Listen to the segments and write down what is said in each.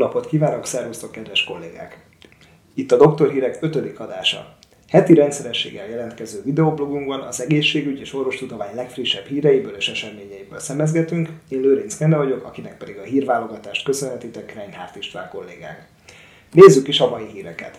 napot kívánok, szervusztok, kedves kollégák! Itt a Doktor Hírek 5. adása. Heti rendszerességgel jelentkező videoblogunkban az egészségügy és orvostudomány legfrissebb híreiből és eseményeiből szemezgetünk. Én Lőrinc Kende vagyok, akinek pedig a hírválogatást köszönhetitek Reinhardt István kollégánk. Nézzük is a mai híreket.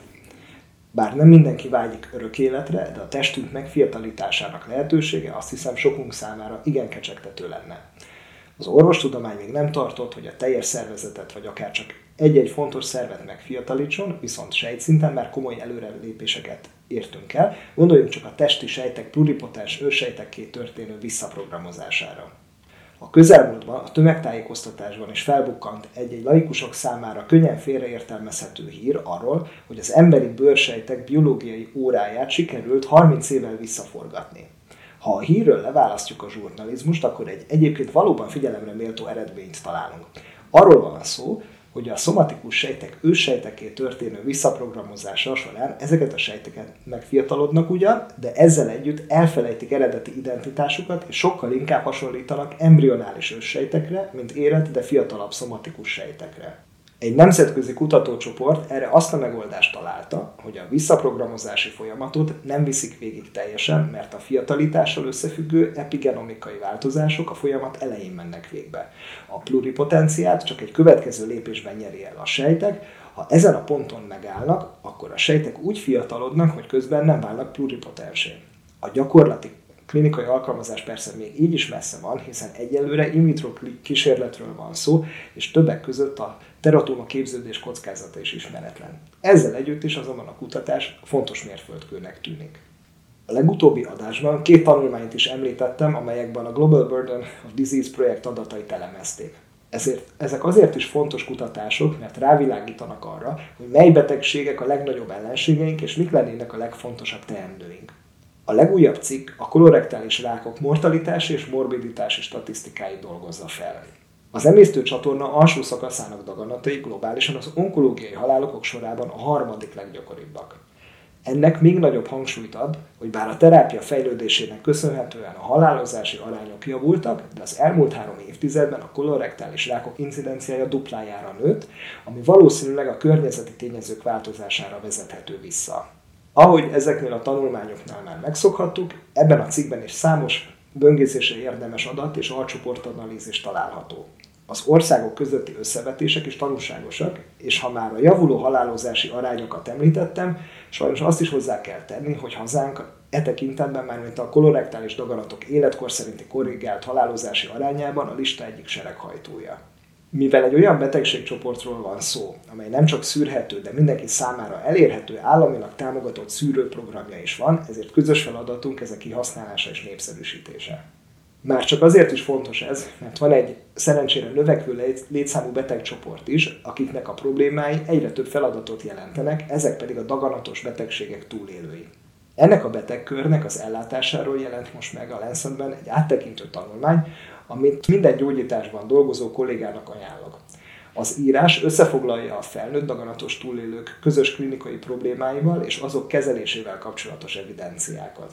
Bár nem mindenki vágyik örök életre, de a testünk megfiatalításának lehetősége azt hiszem sokunk számára igen kecsegtető lenne. Az orvostudomány még nem tartott, hogy a teljes szervezetet vagy akár csak egy-egy fontos szervet megfiatalítson, viszont sejtszinten már komoly előrelépéseket értünk el. Gondoljunk csak a testi sejtek pluripotens őssejtekké történő visszaprogramozására. A közelmúltban a tömegtájékoztatásban is felbukkant egy-egy laikusok számára könnyen félreértelmezhető hír arról, hogy az emberi bőrsejtek biológiai óráját sikerült 30 évvel visszaforgatni. Ha a hírről leválasztjuk a zsurnalizmust, akkor egy egyébként valóban figyelemre méltó eredményt találunk. Arról van szó, hogy a szomatikus sejtek őssejtekké történő visszaprogramozása során ezeket a sejteket megfiatalodnak ugyan, de ezzel együtt elfelejtik eredeti identitásukat, és sokkal inkább hasonlítanak embrionális őssejtekre, mint érett, de fiatalabb szomatikus sejtekre. Egy nemzetközi kutatócsoport erre azt a megoldást találta, hogy a visszaprogramozási folyamatot nem viszik végig teljesen, mert a fiatalítással összefüggő epigenomikai változások a folyamat elején mennek végbe. A pluripotenciát csak egy következő lépésben nyeri el a sejtek, ha ezen a ponton megállnak, akkor a sejtek úgy fiatalodnak, hogy közben nem válnak pluripotensé. A gyakorlati klinikai alkalmazás persze még így is messze van, hiszen egyelőre in vitro kísérletről van szó, és többek között a teratoma képződés kockázata is ismeretlen. Ezzel együtt is azonban a kutatás fontos mérföldkőnek tűnik. A legutóbbi adásban 2 tanulmányt is említettem, amelyekben a Global Burden of Disease projekt adatait elemezték. Ezek azért is fontos kutatások, mert rávilágítanak arra, hogy mely betegségek a legnagyobb ellenségeink, és mik lennének a legfontosabb teendőink. A legújabb cikk a kolorektális rákok mortalitási és morbiditási statisztikáit dolgozza fel. Az emésztőcsatorna alsó szakaszának daganatai globálisan az onkológiai halálokok sorában a 3. leggyakoribbak. Ennek még nagyobb hangsúlyt ad, hogy bár a terápia fejlődésének köszönhetően a halálozási arányok javultak, de az elmúlt 3 évtizedben a kolorektális rákok incidenciája duplájára nőtt, ami valószínűleg a környezeti tényezők változására vezethető vissza. Ahogy ezeknél a tanulmányoknál már megszokhattuk, ebben a cikkben is számos böngészésre érdemes adat és alcsoportanalízis található. Az országok közötti összevetések is tanulságosak, és ha már a javuló halálozási arányokat említettem, sajnos azt is hozzá kell tenni, hogy hazánk e tekintetben már mint a kolorektális daganatok életkor szerinti korrigált halálozási arányában a lista egyik sereghajtója. Mivel egy olyan betegségcsoportról van szó, amely nem csak szűrhető, de mindenki számára elérhető államilag támogatott szűrőprogramja is van, ezért közös feladatunk ezek kihasználása és népszerűsítése. Már csak azért is fontos ez, mert van egy szerencsére növekvő létszámú betegcsoport is, akiknek a problémái egyre több feladatot jelentenek, ezek pedig a daganatos betegségek túlélői. Ennek a betegkörnek az ellátásáról jelent most meg a Lancetben egy áttekintő tanulmány, amit minden gyógyításban dolgozó kollégának ajánlok. Az írás összefoglalja a felnőtt daganatos túlélők közös klinikai problémáival és azok kezelésével kapcsolatos evidenciákat.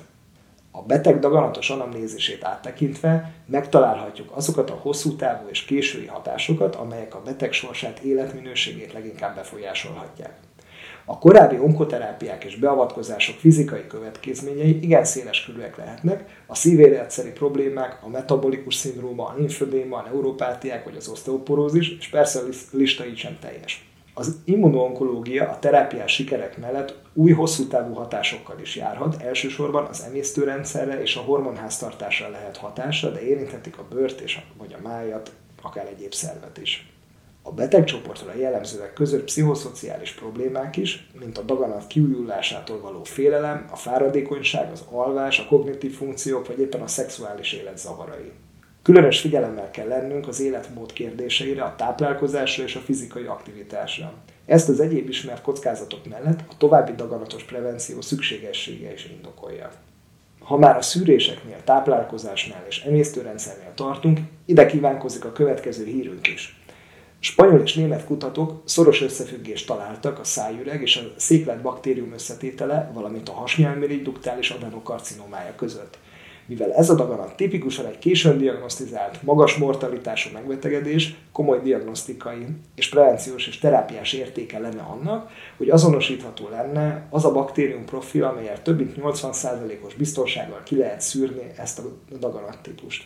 A beteg daganatos anamnézisét áttekintve megtalálhatjuk azokat a hosszú távú és késői hatásokat, amelyek a beteg sorsát, életminőségét leginkább befolyásolhatják. A korábbi onkoterápiák és beavatkozások fizikai következményei igen széleskörűek lehetnek, a szívérrendszeri problémák, a metabolikus szindróma, a limfödéma, a neuropátiák vagy az oszteoporózis, és persze a lista így sem teljes. Az immunoonkológia a terápiás sikerek mellett új hosszú távú hatásokkal is járhat, elsősorban az emésztőrendszerre és a hormonháztartásra lehet hatása, de érinthetik a bőrt vagy a májat, akár egyéb szervet is. A betegcsoportra jellemzőek között pszichoszociális problémák is, mint a daganat kiújulásától való félelem, a fáradékonyság, az alvás, a kognitív funkciók vagy éppen a szexuális élet zavarai. Különös figyelemmel kell lennünk az életmód kérdéseire, a táplálkozásra és a fizikai aktivitásra. Ezt az egyéb ismert kockázatok mellett a további daganatos prevenció szükségessége is indokolja. Ha már a szűréseknél, táplálkozásnál és emésztőrendszernél tartunk, ide kívánkozik a következő hírünk is. Spanyol és német kutatók szoros összefüggést találtak a szájüreg és a széklet baktérium összetétele, valamint a hasnyálmirigy duktális adenokarcinómája között. Mivel ez a daganat tipikusan egy későn diagnosztizált, magas mortalitású megbetegedés, komoly diagnosztikai és prevenciós és terápiás értéke lenne annak, hogy azonosítható lenne az a baktérium profil, amellyel több mint 80%-os biztonsággal ki lehet szűrni ezt a daganattípust.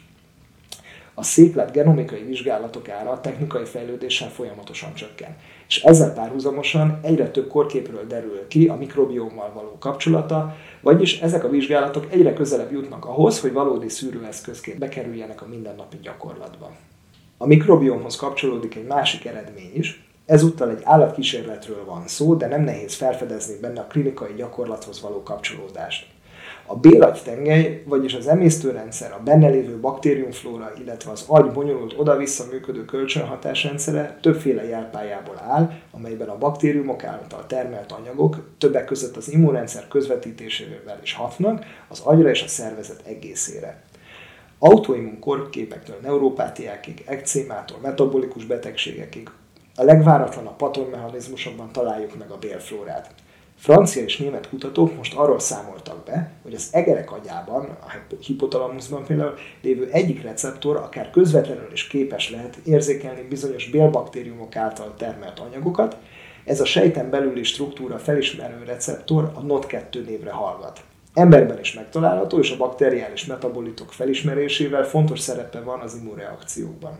A széklet genomikai vizsgálatok ára a technikai fejlődéssel folyamatosan csökken, és ezzel párhuzamosan egyre több korképről derül ki a mikrobiommal való kapcsolata, vagyis ezek a vizsgálatok egyre közelebb jutnak ahhoz, hogy valódi szűrőeszközként bekerüljenek a mindennapi gyakorlatba. A mikrobiomhoz kapcsolódik egy másik eredmény is, ezúttal egy állatkísérletről van szó, de nem nehéz felfedezni benne a klinikai gyakorlathoz való kapcsolódást. A bélagytengely, vagyis az emésztőrendszer, a benne lévő baktériumflóra, illetve az agy bonyolult oda-vissza működő kölcsönhatásrendszere többféle jelpályából áll, amelyben a baktériumok által termelt anyagok többek között az immunrendszer közvetítésével is hatnak az agyra és a szervezet egészére. Autoimmun kórképektől neuropátiákig, ekcémától metabolikus betegségekig a legváratlanabb patogmechanizmusokban találjuk meg a bélflórát. Francia és német kutatók most arról számoltak be, hogy az egerek agyában, a hipotalamuszban például lévő egyik receptor akár közvetlenül is képes lehet érzékelni bizonyos bélbaktériumok által termelt anyagokat. Ez a sejten belüli struktúra felismerő receptor a NOT2 névre hallgat. Emberben is megtalálható, és a bakteriális metabolitok felismerésével fontos szerepe van az immunreakciókban.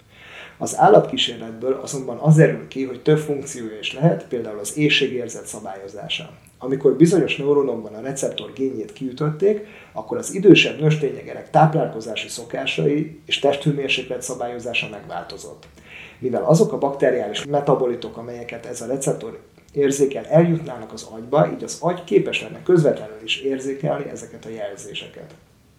Az állatkísérletből azonban az derül ki, hogy több funkciója is lehet, például az éhségérzet szabályozása. Amikor bizonyos neuronokban a receptor génjét kiütötték, akkor az idősebb nőstényegerek táplálkozási szokásai és testhőmérséklet szabályozása megváltozott. Mivel azok a bakteriális metabolitok, amelyeket ez a receptor érzékel, eljutnának az agyba, így az agy képes lenne közvetlenül is érzékelni ezeket a jelzéseket.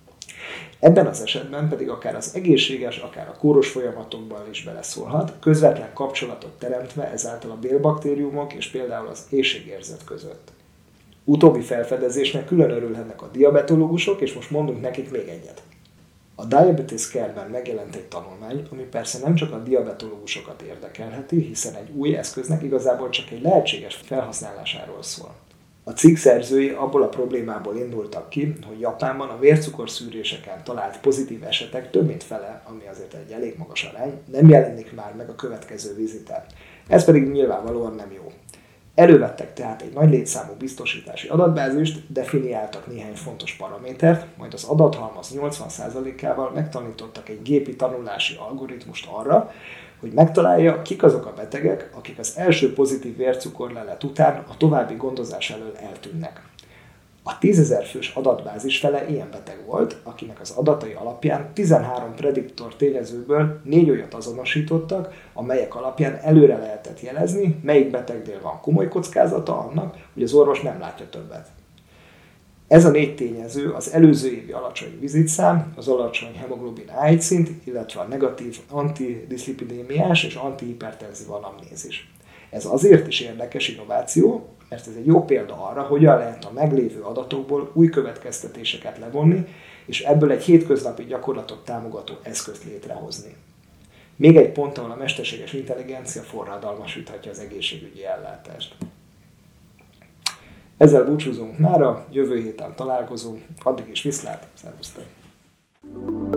Ebben az esetben pedig akár az egészséges, akár a kóros folyamatokban is beleszólhat, közvetlen kapcsolatot teremtve ezáltal a bélbaktériumok és például az éhségérzet között. Utóbbi felfedezésnek külön örülhetnek a diabetológusok, és most mondunk nekik még egyet. A Diabetes Care-ben megjelent egy tanulmány, ami persze nem csak a diabetológusokat érdekelheti, hiszen egy új eszköznek igazából csak egy lehetséges felhasználásáról szól. A cikk szerzői abból a problémából indultak ki, hogy Japánban a vércukorszűréseken talált pozitív esetek több mint fele, ami azért egy elég magas arány, nem jelenik már meg a következő viziten. Ez pedig nyilvánvalóan nem jó. Elővettek tehát egy nagy létszámú biztosítási adatbázist, definiáltak néhány fontos paramétert, majd az adathalmaz 80%-ával megtanítottak egy gépi tanulási algoritmust arra, hogy megtalálja, kik azok a betegek, akik az első pozitív vércukorlelet után a további gondozás elől eltűnnek. A 10 000 fős adatbázis fele ilyen beteg volt, akinek az adatai alapján 13 prediktor tényezőből 4 olyat azonosítottak, amelyek alapján előre lehetett jelezni, melyik betegnél van komoly kockázata annak, hogy az orvos nem látja többet. Ez a 4 tényező az előző évi alacsony vizitszám, az alacsony hemoglobin A1 szint, illetve a negatív antidiszlipidémiás és antihipertenzív anamnézis. Ez azért is érdekes innováció, mert ez egy jó példa arra, hogyan lehet a meglévő adatokból új következtetéseket levonni, és ebből egy hétköznapi gyakorlatot támogató eszközt létrehozni. Még egy pont, ahol a mesterséges intelligencia forradalmasíthatja az egészségügyi ellátást. Ezzel búcsúzunk mára, jövő héten találkozunk, addig is viszlát, szervusztok!